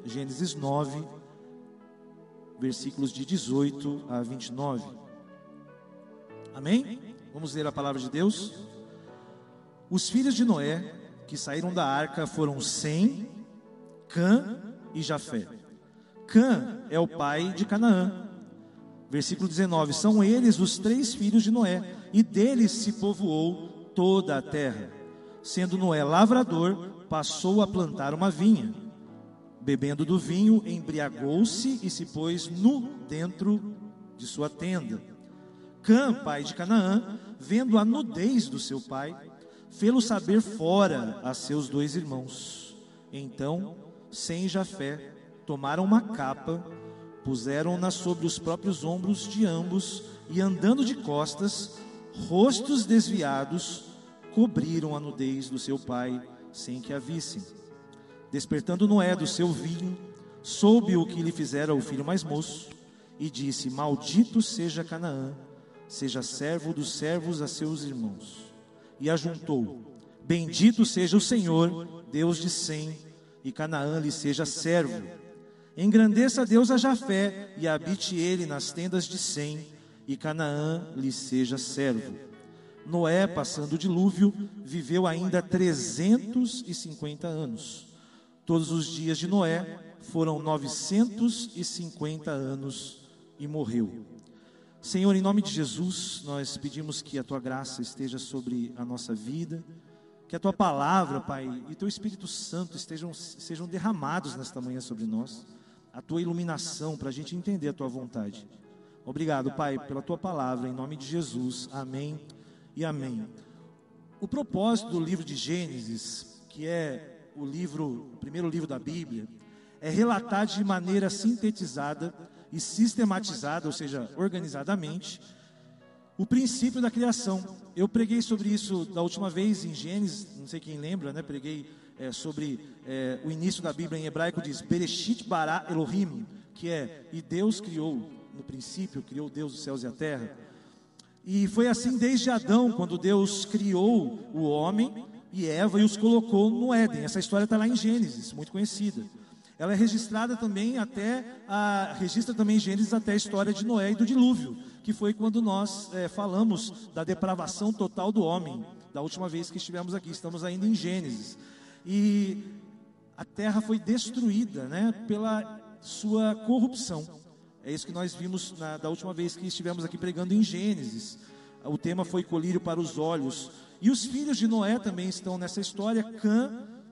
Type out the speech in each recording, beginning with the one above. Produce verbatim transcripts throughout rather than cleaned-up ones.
Gênesis nove, versículos de dezoito a vinte e nove. Amém? Vamos ler a palavra de Deus. Os filhos de Noé que saíram da arca foram Sem, Cã e Jafé. Cã é o pai de Canaã. Versículo dezenove, são eles os três filhos de Noé, e deles se povoou toda a terra. Sendo Noé lavrador, passou a plantar uma vinha. Bebendo do vinho, embriagou-se e se pôs nu dentro de sua tenda. Cã, pai de Canaã, vendo a nudez do seu pai, fê-lo saber fora a seus dois irmãos. Então, Sem e Jafé tomaram uma capa, puseram-na sobre os próprios ombros de ambos, e andando de costas, rostos desviados, cobriram a nudez do seu pai, sem que a vissem. Despertando Noé do seu vinho, soube o que lhe fizera o filho mais moço, e disse: maldito seja Canaã, seja servo dos servos a seus irmãos. E ajuntou: bendito seja o Senhor, Deus de Sem, e Canaã lhe seja servo. Engrandeça Deus a Jafé, e habite ele nas tendas de Sem, e Canaã lhe seja servo. Noé, passando o dilúvio, viveu ainda trezentos e cinquenta anos. Todos os dias de Noé foram novecentos e cinquenta anos, e morreu. Senhor, em nome de Jesus, nós pedimos que a Tua graça esteja sobre a nossa vida, que a Tua palavra, Pai, e Teu Espírito Santo estejam, sejam derramados nesta manhã sobre nós, a Tua iluminação para a gente entender a Tua vontade. Obrigado, Pai, pela Tua palavra, em nome de Jesus, amém e amém. O propósito do livro de Gênesis, que é o livro, o primeiro livro da Bíblia, é relatar de maneira sintetizada e sistematizada, ou seja, organizadamente, o princípio da criação. Eu preguei sobre isso da última vez em Gênesis, não sei quem lembra, né? Preguei é, sobre é, o início da Bíblia em hebraico, diz Bereshit bara Elohim, que é, e Deus criou, no princípio, criou Deus os céus e a terra. E foi assim desde Adão, quando Deus criou o homem e Eva e os colocou no Éden. Essa história está lá em Gênesis, muito conhecida. Ela é registrada também até, a, registra também em Gênesis até a história de Noé e do dilúvio, que foi quando nós é, falamos da depravação total do homem, da última vez que estivemos aqui. Estamos ainda em Gênesis. E a terra foi destruída, né, pela sua corrupção. É isso que nós vimos na, da última vez que estivemos aqui pregando em Gênesis. O tema foi colírio para os olhos. E os filhos de Noé também estão nessa história, Cã,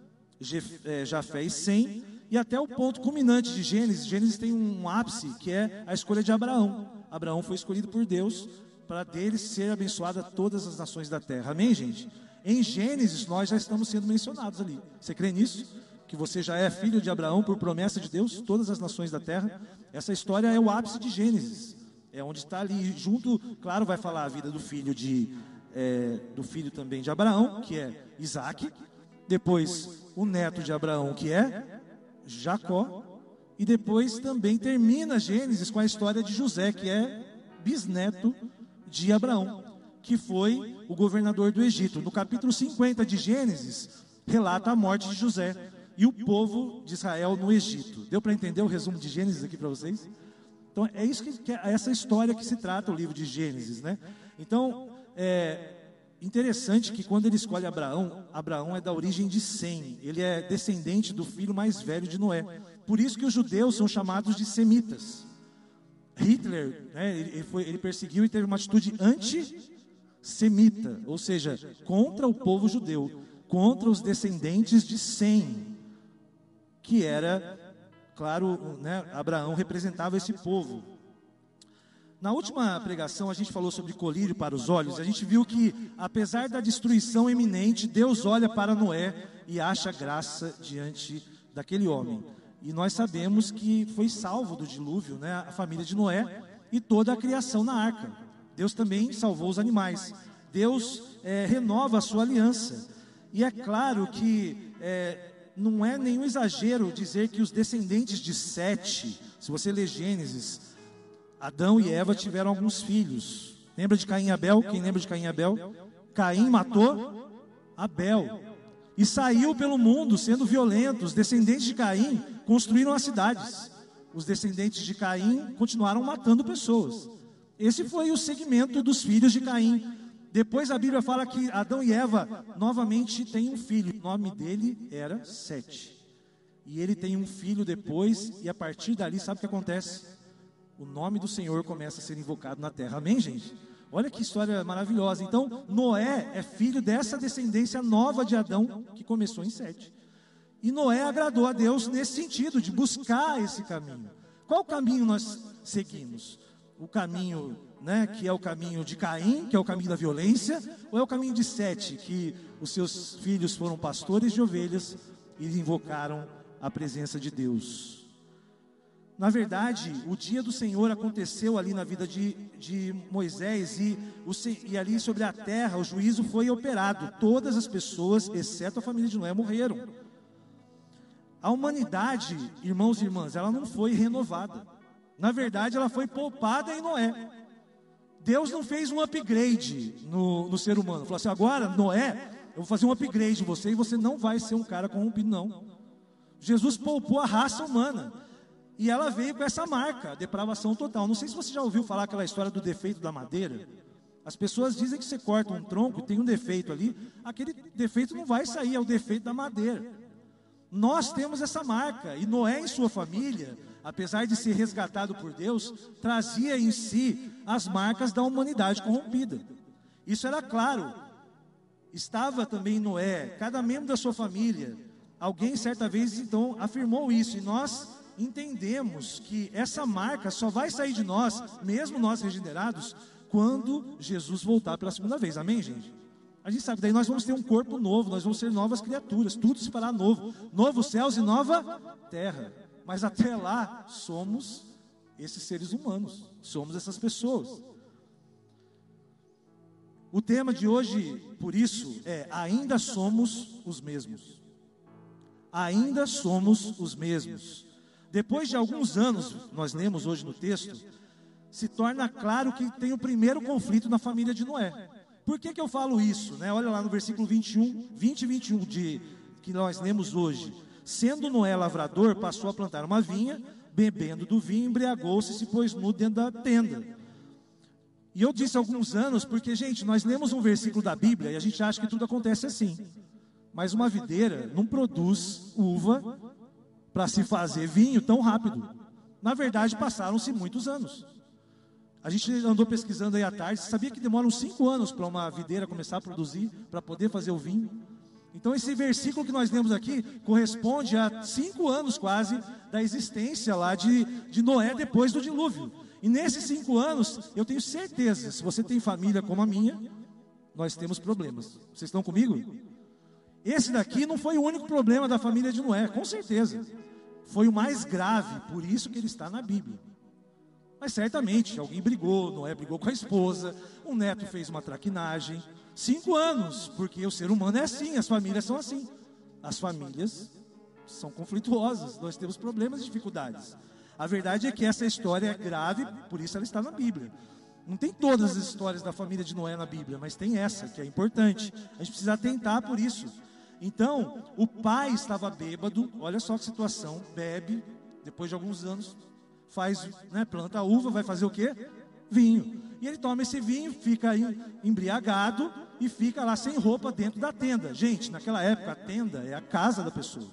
Jafé e Sem. E até o ponto culminante de Gênesis, Gênesis tem um ápice, que é a escolha de Abraão. Abraão foi escolhido por Deus para dele ser abençoada todas as nações da terra. Amém, gente? Em Gênesis nós já estamos sendo mencionados ali. Você crê nisso? Que você já é filho de Abraão por promessa de Deus, todas as nações da terra. Essa história é o ápice de Gênesis. É onde está ali junto, claro, vai falar a vida do filho de é, do filho também de Abraão, que é Isaac. Depois o neto de Abraão, que é Jacó, e depois também termina Gênesis com a história de José, que é bisneto de Abraão, que foi o governador do Egito. No capítulo cinquenta de Gênesis, relata a morte de José e o povo de Israel no Egito. Deu para entender o resumo de Gênesis aqui para vocês? Então é isso que, que é essa história que se trata o livro de Gênesis, né? Então é interessante que quando ele escolhe Abraão, Abraão é da origem de Sem, ele é descendente do filho mais velho de Noé. Por isso que os judeus são chamados de semitas. Hitler, né, ele, foi, ele perseguiu e teve uma atitude antissemita, ou seja, contra o povo judeu, contra os descendentes de Sem, que era, claro, né, Abraão representava esse povo. Na última pregação a gente falou sobre colírio para os olhos. A gente viu que, apesar da destruição iminente, Deus olha para Noé e acha graça diante daquele homem. E nós sabemos que foi salvo do dilúvio, né, a família de Noé e toda a criação na arca. Deus também salvou os animais. Deus é, renova a sua aliança. E é claro que é, não é nenhum exagero dizer que os descendentes de Sete, se você ler Gênesis, Adão e Eva tiveram alguns filhos. Lembra de Caim e Abel? Quem lembra de Caim e Abel? Caim matou Abel e saiu pelo mundo sendo violento. Os descendentes de Caim construíram as cidades. Os descendentes de Caim continuaram matando pessoas. Esse foi o segmento dos filhos de Caim. Depois a Bíblia fala que Adão e Eva novamente têm um filho. O nome dele era Sete. E ele tem um filho depois, e a partir dali, sabe o que acontece? O nome do Senhor começa a ser invocado na terra. Amém, gente? Olha que história maravilhosa. Então, Noé é filho dessa descendência nova de Adão, que começou em Sete. E Noé agradou a Deus nesse sentido, de buscar esse caminho. Qual caminho nós seguimos? O caminho, né, que é o caminho de Caim, que é o caminho da violência, ou é o caminho de Sete, que os seus filhos foram pastores de ovelhas e invocaram a presença de Deus? Na verdade, o dia do Senhor aconteceu ali na vida de, de Moisés, e, o, e ali sobre a terra o juízo foi operado. Todas as pessoas, exceto a família de Noé, morreram. A humanidade, irmãos e irmãs, ela não foi renovada. Na verdade, ela foi poupada em Noé. Deus não fez um upgrade no, no ser humano. Falou assim: agora, Noé, eu vou fazer um upgrade em você, e você não vai ser um cara corrompido, não. Jesus poupou a raça humana. E ela veio com essa marca, a depravação total. Não sei se você já ouviu falar aquela história do defeito da madeira. As pessoas dizem que você corta um tronco e tem um defeito ali. Aquele defeito não vai sair, é o defeito da madeira. Nós temos essa marca. E Noé e sua família, apesar de ser resgatado por Deus, trazia em si as marcas da humanidade corrompida. Isso era claro. Estava também em Noé, cada membro da sua família. Alguém certa vez então afirmou isso, e nós entendemos que essa marca só vai sair de nós, mesmo nós regenerados, quando Jesus voltar pela segunda vez. Amém, gente? A gente sabe, daí nós vamos ter um corpo novo, nós vamos ser novas criaturas, tudo se fará novo, novos céus e nova terra. Mas até lá, somos esses seres humanos, somos essas pessoas. O tema de hoje, por isso, é: ainda somos os mesmos. Ainda somos os mesmos. Depois de alguns anos, nós lemos hoje no texto, se torna claro que tem o primeiro conflito na família de Noé. Por que que eu falo isso, né? Olha lá no versículo vinte e um, vinte e vinte e um de, que nós lemos hoje. Sendo Noé lavrador, passou a plantar uma vinha, bebendo do vinho, embriagou-se e se pôs nu dentro da tenda. E eu disse alguns anos, porque, gente, nós lemos um versículo da Bíblia e a gente acha que tudo acontece assim. Mas uma videira não produz uva para se fazer vinho tão rápido. Na verdade, passaram-se muitos anos. A gente andou pesquisando aí à tarde. Você sabia que demoram cinco anos para uma videira começar a produzir, para poder fazer o vinho? Então esse versículo que nós lemos aqui corresponde a cinco anos quase da existência lá de, de Noé depois do dilúvio. E nesses cinco anos, eu tenho certeza, se você tem família como a minha, nós temos problemas. Vocês estão comigo? Esse daqui não foi o único problema da família de Noé, com certeza. Foi o mais grave, por isso que ele está na Bíblia. Mas certamente, alguém brigou, Noé brigou com a esposa, um neto fez uma traquinagem. Cinco anos, porque o ser humano é assim, as famílias são assim. As famílias são conflituosas, nós temos problemas e dificuldades. A verdade é que essa história é grave, por isso ela está na Bíblia. Não tem todas as histórias da família de Noé na Bíblia, mas tem essa, que é importante. A gente precisa atentar por isso. Então, o pai estava bêbado, olha só que situação, bebe, depois de alguns anos, faz, né, planta a uva, vai fazer o quê? Vinho. E ele toma esse vinho, fica aí embriagado e fica lá sem roupa dentro da tenda. Gente, naquela época a tenda é a casa da pessoa.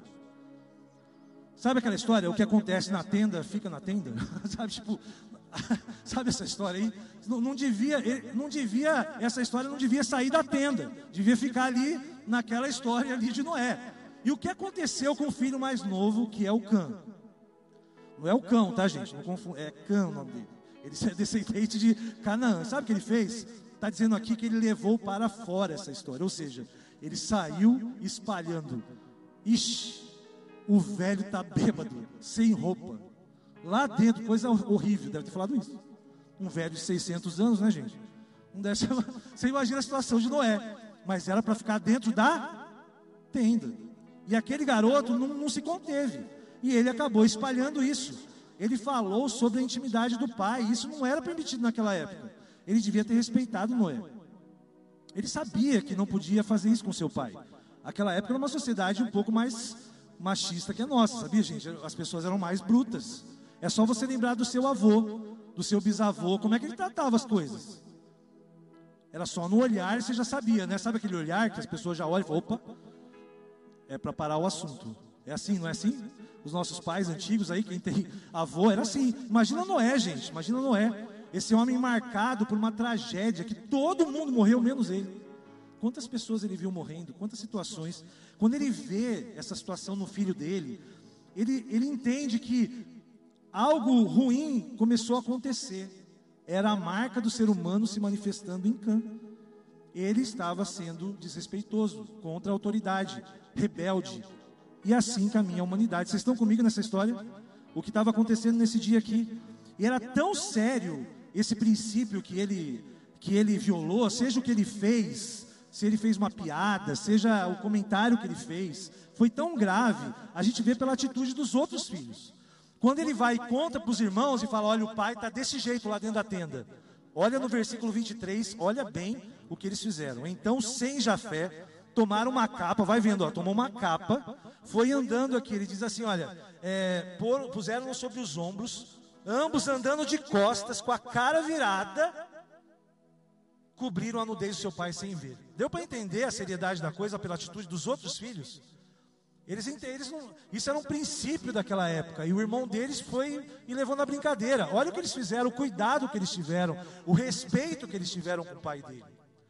Sabe aquela história? O que acontece na tenda, fica na tenda? Sabe, tipo, sabe essa história aí? Não, não devia, não devia, essa história não devia sair da tenda. Devia ficar ali, naquela história ali de Noé. E o que aconteceu com o filho mais novo, que é o Cã? Não é o Cão, tá, gente? Não confunde, é Cã o nome dele. Ele é descendente de Canaã. Sabe o que ele fez? Está dizendo aqui que ele levou para fora essa história. Ou seja, ele saiu espalhando. Ixi, o velho está bêbado, sem roupa. Lá dentro, coisa horrível, deve ter falado isso. Um velho de seiscentos anos, né, gente? Não deve ser... Você imagina a situação de Noé. Mas era para ficar dentro da tenda. E aquele garoto não, não se conteve. E ele acabou espalhando isso. Ele falou sobre a intimidade do pai. Isso não era permitido naquela época. Ele devia ter respeitado Noé. Ele sabia que não podia fazer isso com seu pai. Aquela época era uma sociedade um pouco mais, machista que a nossa, sabia, gente? As pessoas eram mais brutas. É só você lembrar do seu avô, do seu bisavô, como é que ele tratava as coisas. Era só no olhar, você já sabia, né? Sabe aquele olhar que as pessoas já olham e falam, opa, é para parar o assunto. É assim, não é assim? Os nossos pais antigos aí, quem tem avô, era assim. Imagina Noé, gente, imagina Noé. Esse homem marcado por uma tragédia, que todo mundo morreu, menos ele. Quantas pessoas ele viu morrendo, quantas situações. Quando ele vê essa situação no filho dele, ele, ele entende que algo ruim começou a acontecer. Era a marca do ser humano se manifestando em Cã. Ele estava sendo desrespeitoso contra a autoridade, rebelde. E assim caminha a humanidade. Vocês estão comigo nessa história? O que estava acontecendo nesse dia aqui. E era tão sério esse princípio que ele, que ele violou, seja o que ele fez, se ele fez uma piada, seja o comentário que ele fez, foi tão grave, a gente vê pela atitude dos outros filhos. Quando ele vai e conta para os irmãos e fala, olha, o pai está desse jeito lá dentro da tenda. Olha no versículo vinte e três, olha bem o que eles fizeram. Então, sem Jafé, tomaram uma capa, vai vendo, ó, tomou uma capa, foi andando aqui, ele diz assim, olha, é, puseram-no sobre os ombros, ambos andando de costas, com a cara virada, cobriram a nudez do seu pai sem ver. Deu para entender a seriedade da coisa pela atitude dos outros filhos? Eles, eles não, isso era um princípio daquela época, e o irmão deles foi e levou na brincadeira. Olha o que eles fizeram, o cuidado que eles tiveram, o respeito que eles tiveram com o pai dele.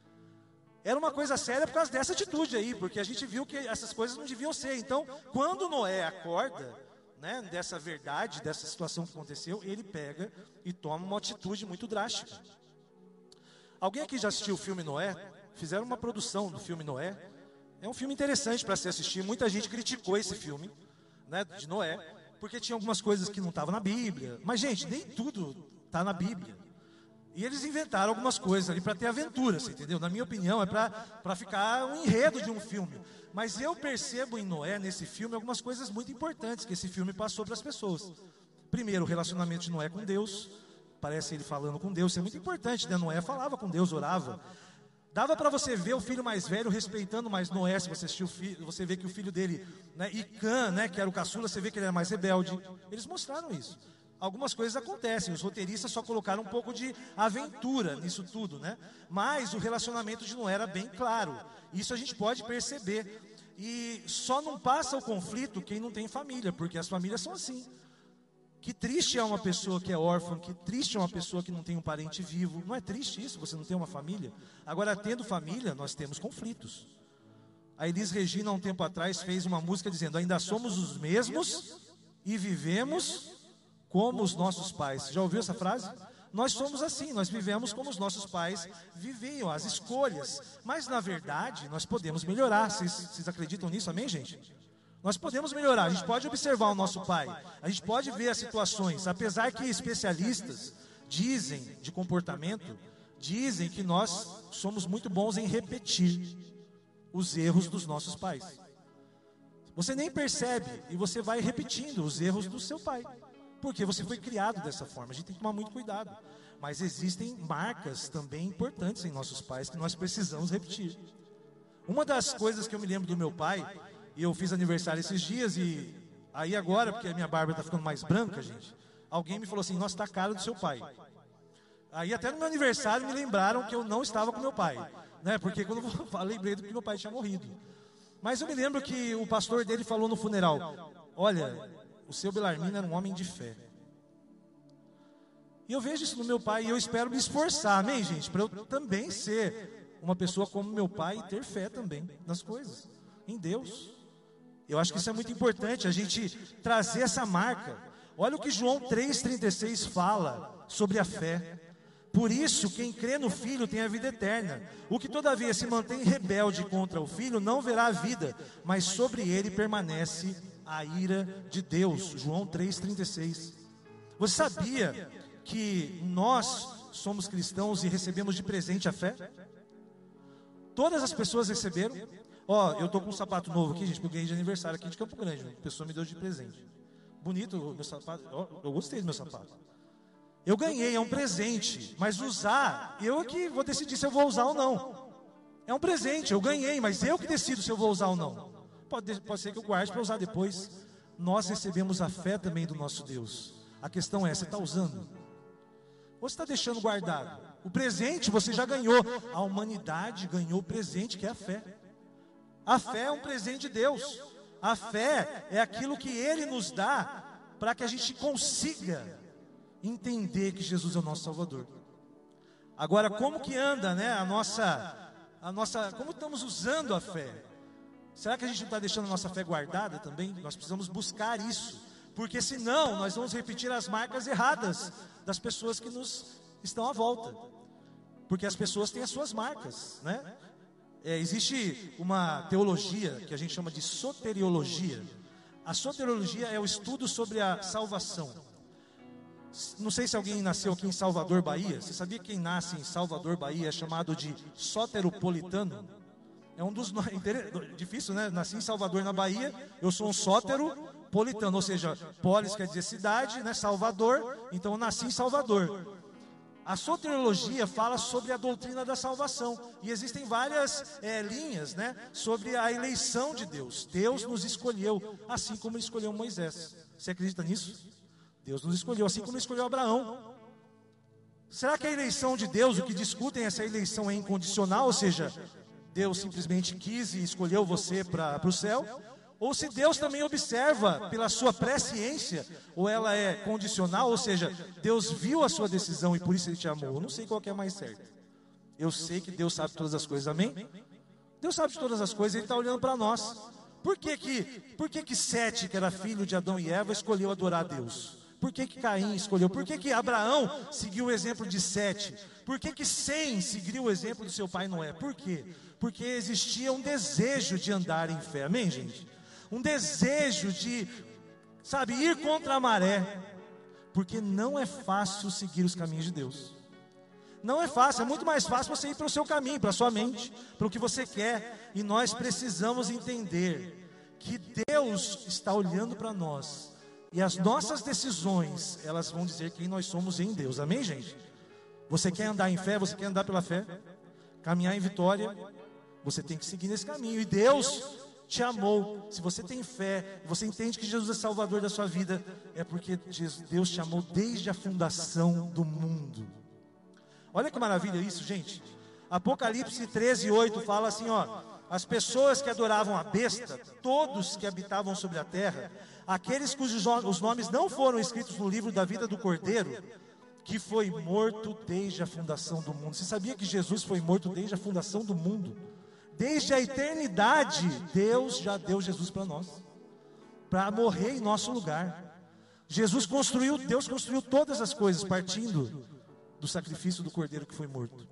Era uma coisa séria por causa dessa atitude aí, porque a gente viu que essas coisas não deviam ser. Então, quando Noé acorda, né, dessa verdade, dessa situação que aconteceu, ele pega e toma uma atitude muito drástica. Alguém aqui já assistiu o filme Noé? Fizeram uma produção do filme Noé. É um filme interessante para se assistir. Muita gente criticou esse filme, né, de Noé, porque tinha algumas coisas que não estavam na Bíblia. Mas, gente, nem tudo está na Bíblia. E eles inventaram algumas coisas ali para ter aventura, você entendeu? Na minha opinião, é para ficar um enredo de um filme. Mas eu percebo em Noé, nesse filme, algumas coisas muito importantes que esse filme passou para as pessoas. Primeiro, o relacionamento de Noé com Deus. Parece ele falando com Deus, isso é muito importante, né? Noé falava com Deus, orava. Dava para você ver o filho mais velho respeitando mais Noé, se você assistiu o filho, você vê que o filho dele, né, e Cã, né, que era o caçula, você vê que ele era mais rebelde. Eles mostraram isso. Algumas coisas acontecem, os roteiristas só colocaram um pouco de aventura nisso tudo, né? Mas o relacionamento de Noé era bem claro. Isso a gente pode perceber. E só não passa o conflito quem não tem família, porque as famílias são assim. Que triste é uma pessoa que é órfã, que triste é uma pessoa que não tem um parente vivo. Não é triste isso, você não tem uma família? Agora, tendo família, nós temos conflitos. A Elis Regina, há um tempo atrás, fez uma música dizendo, ainda somos os mesmos e vivemos como os nossos pais. Já ouviu essa frase? Nós somos assim, nós vivemos como os nossos pais viviam, as escolhas. Mas, na verdade, nós podemos melhorar. Vocês, vocês acreditam nisso, amém, gente? Nós podemos melhorar, a gente pode observar o nosso pai, a gente pode ver as situações, apesar que especialistas dizem de comportamento, dizem que nós somos muito bons em repetir os erros dos nossos pais. Você nem percebe e você vai repetindo os erros do seu pai, porque você foi criado dessa forma. A gente tem que tomar muito cuidado, mas existem marcas também importantes em nossos pais que nós precisamos repetir. Uma das coisas que eu me lembro do meu pai, e eu fiz aniversário esses dias, e aí agora, porque a minha barba está ficando mais branca, gente, alguém me falou assim, nossa, está a cara do seu pai. Aí até no meu aniversário me lembraram que eu não estava com meu pai, né? Porque quando eu falei, lembrei do que meu pai tinha morrido. Mas eu me lembro que o pastor dele falou no funeral, olha, o seu Belarmino era um homem de fé. E eu vejo isso no meu pai, e eu espero me esforçar, amém, gente? Para eu também ser uma pessoa como meu pai e ter fé também nas coisas, em Deus. Eu acho que isso é muito importante, a gente trazer essa marca. Olha o que João três, trinta e seis fala sobre a fé. Por isso, quem crê no Filho tem a vida eterna. O que todavia se mantém rebelde contra o Filho não verá a vida, mas sobre ele permanece a ira de Deus. João três, trinta e seis. Você sabia que nós somos cristãos e recebemos de presente a fé? Todas as pessoas receberam. Ó, eu tô com um sapato novo aqui, gente, porque eu ganhei de aniversário aqui de Campo Grande, né? A pessoa me deu de presente. Bonito o meu sapato, ó, eu gostei do meu sapato. Eu ganhei, é um presente, mas usar, eu que vou decidir se eu vou usar ou não. É um presente, eu ganhei, mas eu que decido se eu vou usar ou não. pode, pode ser que eu guarde para usar depois. Nós recebemos a fé também do nosso Deus. A questão é, você está usando? Ou você está deixando guardado? O presente você já ganhou. A humanidade ganhou o presente, que é a fé. A fé é um presente de Deus. A fé é aquilo que Ele nos dá para que a gente consiga entender que Jesus é o nosso Salvador. Agora, como que anda, né, a nossa, a nossa, como estamos usando a fé? Será que a gente não está deixando a nossa fé guardada também? Nós precisamos buscar isso, porque senão nós vamos repetir as marcas erradas das pessoas que nos estão à volta. Porque as pessoas têm as suas marcas, né? É, existe uma teologia que a gente chama de soteriologia. A soteriologia é o estudo sobre a salvação. Não sei se alguém nasceu aqui em Salvador, Bahia. Você sabia que quem nasce em Salvador, Bahia é chamado de soteropolitano? É um dos nomes, difícil, né? Nasci em Salvador, na Bahia. Eu sou um soteropolitano, ou seja, polis quer dizer cidade, né? Salvador. Então eu nasci em Salvador. A soteriologia fala sobre a doutrina da salvação. E existem várias é, linhas, né, sobre a eleição de Deus. Deus nos escolheu, assim como Ele escolheu Moisés. Você acredita nisso? Deus nos escolheu, assim como Ele escolheu Abraão. Será que a eleição de Deus, o que discutem, essa eleição é incondicional? Ou seja, Deus simplesmente quis e escolheu você para o céu? Ou se Deus também observa pela sua presciência, ou ela é condicional, ou seja, Deus viu a sua decisão e por isso Ele te amou. Eu não sei qual que é mais certo. Eu sei que Deus sabe todas as coisas, amém? Deus sabe de todas as coisas, Ele está olhando para nós. Por que que, por que que Sete, que era filho de Adão e Eva, escolheu adorar a Deus? Por que que Caim escolheu? Por que que Abraão seguiu o exemplo de Sete? Por que que Sem seguiu o exemplo do seu pai Noé? Por quê? Porque existia um desejo de andar em fé, amém, gente? Um desejo de, sabe, ir contra a maré, porque não é fácil seguir os caminhos de Deus. Não é fácil, é muito mais fácil você ir para o seu caminho, para a sua mente, para o que você quer. E nós precisamos entender que Deus está olhando para nós. E as nossas decisões, elas vão dizer quem nós somos em Deus, amém, gente? Você quer andar em fé, você quer andar pela fé, caminhar em vitória, você tem que seguir nesse caminho. E Deus te amou. Se você tem fé, você entende que Jesus é Salvador da sua vida, é porque Deus te amou desde a fundação do mundo. Olha que maravilha isso, gente. Apocalipse treze, oito fala assim, ó: as pessoas que adoravam a besta, todos que habitavam sobre a terra, aqueles cujos os nomes não foram escritos no livro da vida do Cordeiro, que foi morto desde a fundação do mundo. Você sabia que Jesus foi morto desde a fundação do mundo? Desde a eternidade, Deus já deu Jesus para nós, para morrer em nosso lugar. Jesus construiu, Deus construiu todas as coisas partindo do sacrifício do Cordeiro que foi morto.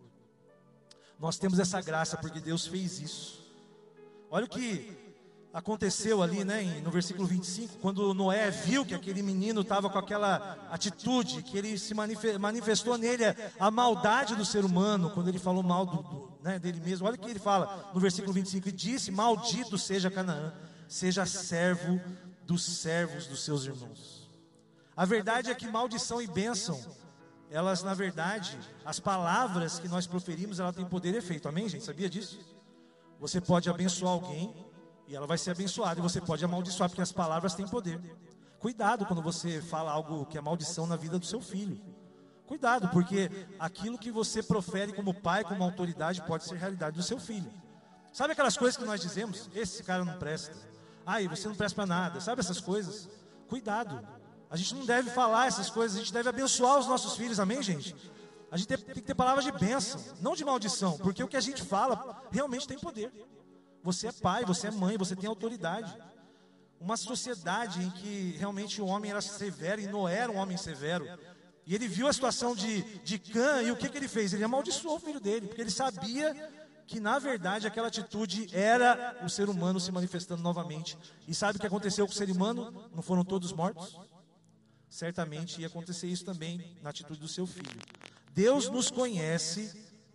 Nós temos essa graça porque Deus fez isso. Olha o que aconteceu ali, né, no versículo vinte e cinco, quando Noé viu que aquele menino estava com aquela atitude, que ele se manifestou nele a maldade do ser humano, quando ele falou mal do, do, né, dele mesmo. Olha o que ele fala no versículo vinte e cinco, e disse: maldito seja Canaã, seja servo dos servos dos seus irmãos. A verdade é que maldição e bênção, elas na verdade, as palavras que nós proferimos, ela tem poder e efeito, amém, gente? Sabia disso? Você pode abençoar alguém e ela vai ser abençoada, e você pode amaldiçoar, porque as palavras têm poder. Cuidado quando você fala algo que é maldição na vida do seu filho. Cuidado, porque aquilo que você profere como pai, como autoridade, pode ser realidade do seu filho. Sabe aquelas coisas que nós dizemos? Esse cara não presta. Ai, você não presta para nada. Sabe essas coisas? Cuidado. A gente não deve falar essas coisas, a gente deve abençoar os nossos filhos, amém, gente? A gente tem, tem que ter palavras de bênção, não de maldição, porque o que a gente fala realmente tem poder. Você é pai, você é mãe, você tem autoridade. Uma sociedade em que realmente o homem era severo, e Noé era um homem severo, e ele viu a situação de, de Cã, e o que, que ele fez? Ele amaldiçoou o filho dele, porque ele sabia que na verdade aquela atitude era o ser humano se manifestando novamente. E sabe o que aconteceu com o ser humano? Não foram todos mortos? Certamente ia acontecer isso também na atitude do seu filho. Deus nos conhece,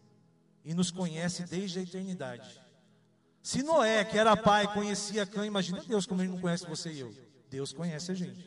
e nos conhece desde a eternidade. Se Noé, que era pai, conhecia Cã, imagina Deus como ele não conhece você e eu. Deus conhece a gente.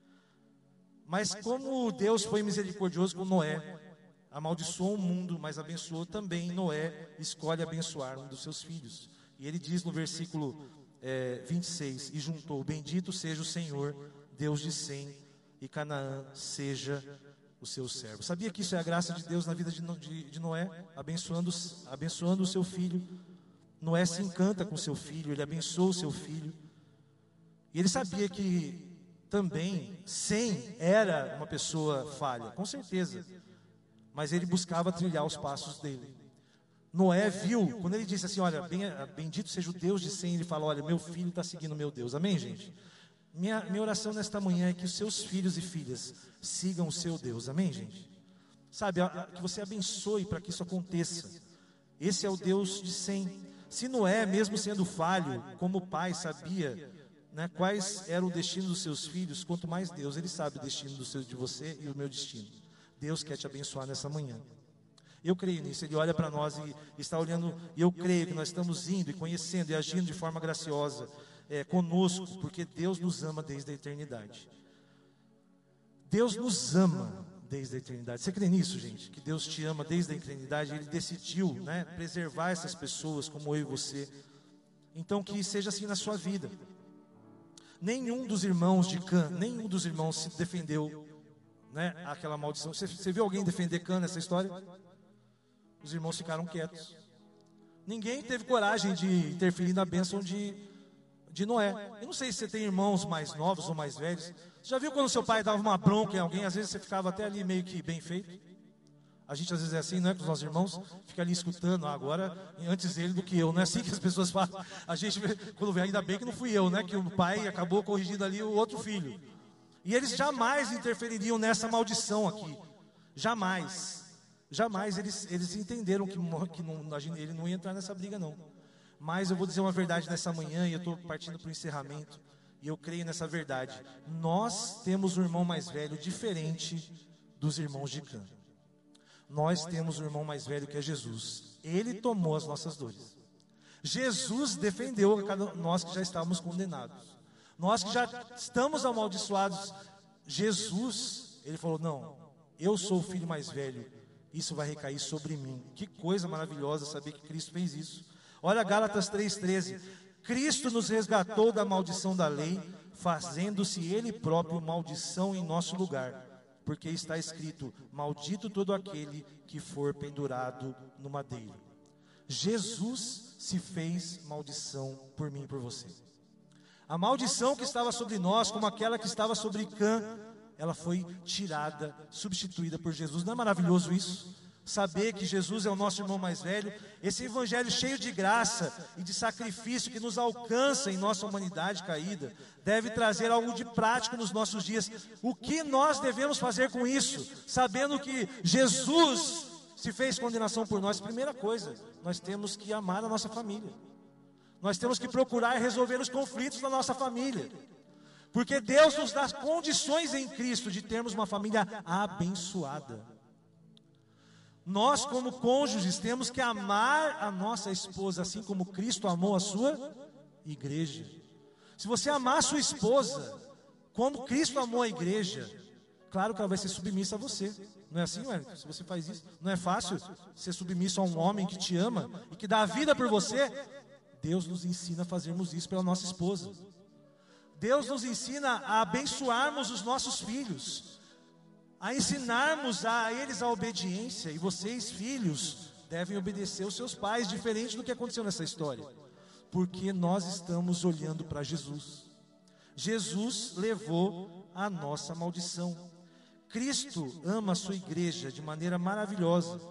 Mas como Deus foi misericordioso com Noé, amaldiçoou o mundo, mas abençoou também Noé, escolhe abençoar um dos seus filhos. E ele diz no versículo é, vinte e seis, e juntou: bendito seja o Senhor, Deus de Sem, e Canaã seja o seu servo. Sabia que isso é a graça de Deus na vida de, de, de Noé, abençoando, abençoando o seu filho. Noé se encanta com seu filho, ele abençoa o seu filho. E ele sabia que também Sem era uma pessoa falha, com certeza. Mas ele buscava trilhar os passos dele. Noé viu, quando ele disse assim, olha, bendito seja o Deus de Sem, ele fala, olha, meu filho está seguindo meu Deus. Amém, gente? Minha, minha oração nesta manhã é que os seus filhos e filhas sigam o seu Deus. Amém, gente? Sabe, a, a, que você abençoe para que isso aconteça. Esse é o Deus de Sem. Se Noé, mesmo sendo falho, como pai, sabia, né, quais era o destino dos seus filhos, quanto mais Deus, Ele sabe o destino do seu, de você e o meu destino. Deus quer te abençoar nessa manhã. Eu creio nisso, Ele olha para nós e está olhando, e eu creio que nós estamos indo e conhecendo e agindo de forma graciosa é, conosco, porque Deus nos ama desde a eternidade. Deus nos ama desde a eternidade. Você crê nisso, gente? Que Deus te ama desde a eternidade, Ele decidiu, né, preservar essas pessoas como eu e você. Então que seja assim na sua vida. Nenhum dos irmãos de Cã, nenhum dos irmãos se defendeu, né, aquela maldição. Você, você viu alguém defender Cã nessa história? Os irmãos ficaram quietos. Ninguém teve coragem de interferir na bênção de, de Noé. Eu não sei se você tem irmãos mais novos ou mais velhos. Você já viu quando seu pai dava uma bronca em alguém? Às vezes você ficava até ali meio que bem feito. A gente às vezes é assim, não é? Com os nossos irmãos, fica ali escutando, ah, agora antes ele do que eu. Não é assim que as pessoas falam. A gente, quando vem, ainda bem que não fui eu, né? Que o pai acabou corrigindo ali o outro filho. E eles jamais interfeririam nessa maldição aqui. Jamais. Jamais eles, eles entenderam que, que não, ele não ia entrar nessa briga, não. Mas eu vou dizer uma verdade nessa manhã, e eu estou partindo para o encerramento, e eu creio nessa verdade. Nós temos um irmão mais velho diferente dos irmãos de Cã. Nós temos um irmão mais velho que é Jesus. Ele tomou as nossas dores. Jesus defendeu nós que já estávamos condenados. Nós que já estamos amaldiçoados. Jesus, ele falou, não, eu sou o filho mais velho. Isso vai recair sobre mim. Que coisa maravilhosa saber que Cristo fez isso. Olha Gálatas três, treze. Cristo nos resgatou da maldição da lei, fazendo-se Ele próprio maldição em nosso lugar. Porque está escrito, maldito todo aquele que for pendurado no madeiro. Jesus se fez maldição por mim e por você. A maldição que estava sobre nós, como aquela que estava sobre Cã, ela foi tirada, substituída por Jesus. Não é maravilhoso isso? Saber que Jesus é o nosso irmão mais velho, esse evangelho cheio de graça e de sacrifício que nos alcança em nossa humanidade caída, deve trazer algo de prático nos nossos dias. O que nós devemos fazer com isso? Sabendo que Jesus se fez condenação por nós. Primeira coisa, nós temos que amar a nossa família. Nós temos que procurar resolver os conflitos da nossa família. Porque Deus nos dá condições em Cristo de termos uma família abençoada. Nós, como cônjuges, temos que amar a nossa esposa assim como Cristo amou a sua igreja. Se você amar a sua esposa como Cristo amou a igreja, claro que ela vai ser submissa a você. Não é assim, Wellington? Se você faz isso, não é fácil ser submisso a um homem que te ama e que dá a vida por você. Deus nos ensina a fazermos isso pela nossa esposa. Deus nos ensina a abençoarmos os nossos filhos, a ensinarmos a eles a obediência. E vocês, filhos, devem obedecer os seus pais, diferente do que aconteceu nessa história. Porque nós estamos olhando para Jesus. Jesus levou a nossa maldição. Cristo ama a sua igreja de maneira maravilhosa.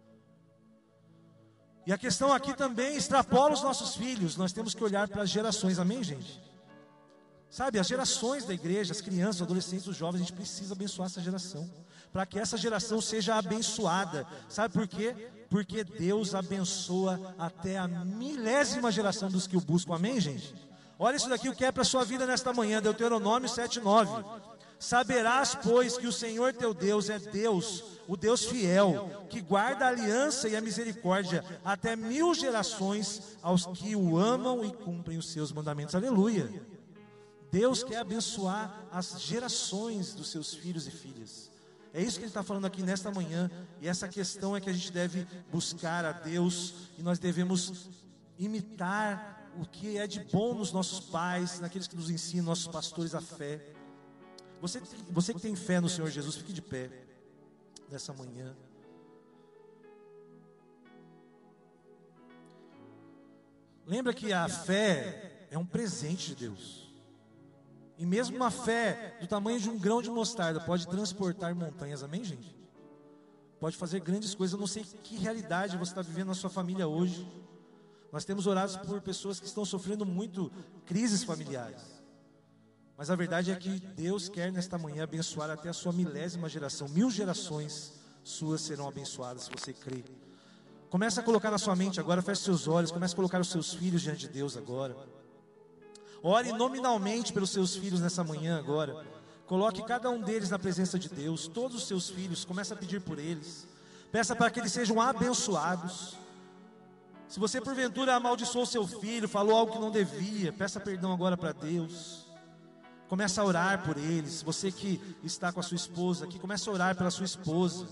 E a questão aqui também extrapola os nossos filhos. Nós temos que olhar para as gerações, amém, gente? Sabe, as gerações da igreja, as crianças, os adolescentes, os jovens, a gente precisa abençoar essa geração, para que essa geração seja abençoada. Sabe por quê? Porque Deus abençoa até a milésima geração dos que o buscam, amém, gente? Olha isso daqui, o que é para a sua vida nesta manhã, Deuteronômio sete, nove. Saberás, pois, que o Senhor teu Deus é Deus, o Deus fiel, que guarda a aliança e a misericórdia até mil gerações aos que o amam e cumprem os seus mandamentos. Aleluia! Deus quer abençoar as gerações dos seus filhos e filhas. É isso que Ele está falando aqui nesta manhã. E essa questão é que a gente deve buscar a Deus, e nós devemos imitar o que é de bom nos nossos pais, naqueles que nos ensinam, nossos pastores, a fé. Você, você que tem fé no Senhor Jesus, fique de pé nessa manhã. Lembra que a fé é um presente de Deus. E mesmo uma fé do tamanho de um grão de mostarda pode transportar montanhas, amém, gente? Pode fazer grandes coisas. Eu não sei que realidade você está vivendo na sua família hoje. Nós temos orado por pessoas que estão sofrendo muito crises familiares. Mas a verdade é que Deus quer nesta manhã abençoar até a sua milésima geração. Mil gerações suas serão abençoadas se você crê. Comece a colocar na sua mente agora, feche seus olhos, comece a colocar os seus filhos diante de Deus agora. Ore nominalmente pelos seus filhos nessa manhã agora. Coloque cada um deles na presença de Deus, todos os seus filhos, comece a pedir por eles. Peça para que eles sejam abençoados. Se você porventura amaldiçoou seu filho, falou algo que não devia, peça perdão agora para Deus. Comece a orar por eles. Você que está com a sua esposa aqui, comece a orar pela sua esposa.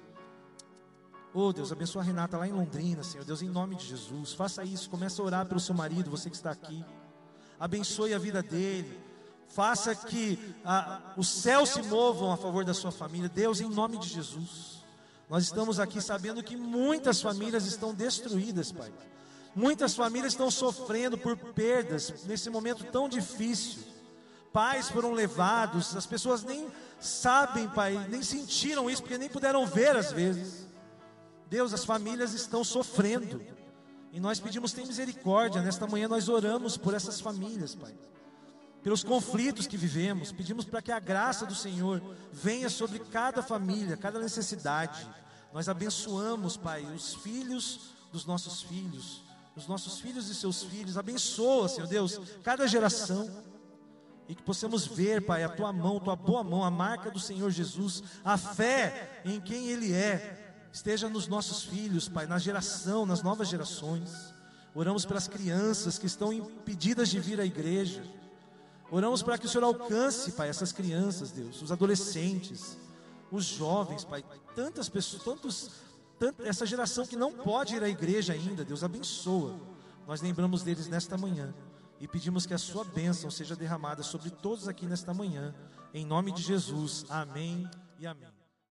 Oh Deus, abençoa a Renata lá em Londrina, Senhor Deus, em nome de Jesus. Faça isso, comece a orar pelo seu marido, você que está aqui. Abençoe a vida dele. Faça que ah, os céus se movam a favor da sua família. Deus, em nome de Jesus. Nós estamos aqui sabendo que muitas famílias estão destruídas, Pai. Muitas famílias estão sofrendo por perdas nesse momento tão difícil. Pais foram levados, as pessoas nem sabem, Pai, nem sentiram isso, porque nem puderam ver às vezes. Deus, as famílias estão sofrendo. E nós pedimos, tem misericórdia. Nesta manhã nós oramos por essas famílias, Pai. Pelos conflitos que vivemos. Pedimos para que a graça do Senhor venha sobre cada família, cada necessidade. Nós abençoamos, Pai, os filhos dos nossos filhos, os nossos filhos e seus filhos. Abençoa, Senhor Deus, cada geração. E que possamos ver, Pai, a Tua mão, Tua boa mão, a marca do Senhor Jesus, a fé em quem Ele é. Esteja nos nossos filhos, Pai, na geração, nas novas gerações. Oramos pelas crianças que estão impedidas de vir à igreja. Oramos para que o Senhor alcance, Pai, essas crianças, Deus, os adolescentes, os jovens, Pai, tantas pessoas, tantos, tant, essa geração que não pode ir à igreja ainda, Deus, abençoa. Nós lembramos deles nesta manhã e pedimos que a sua bênção seja derramada sobre todos aqui nesta manhã, em nome de Jesus, amém e amém.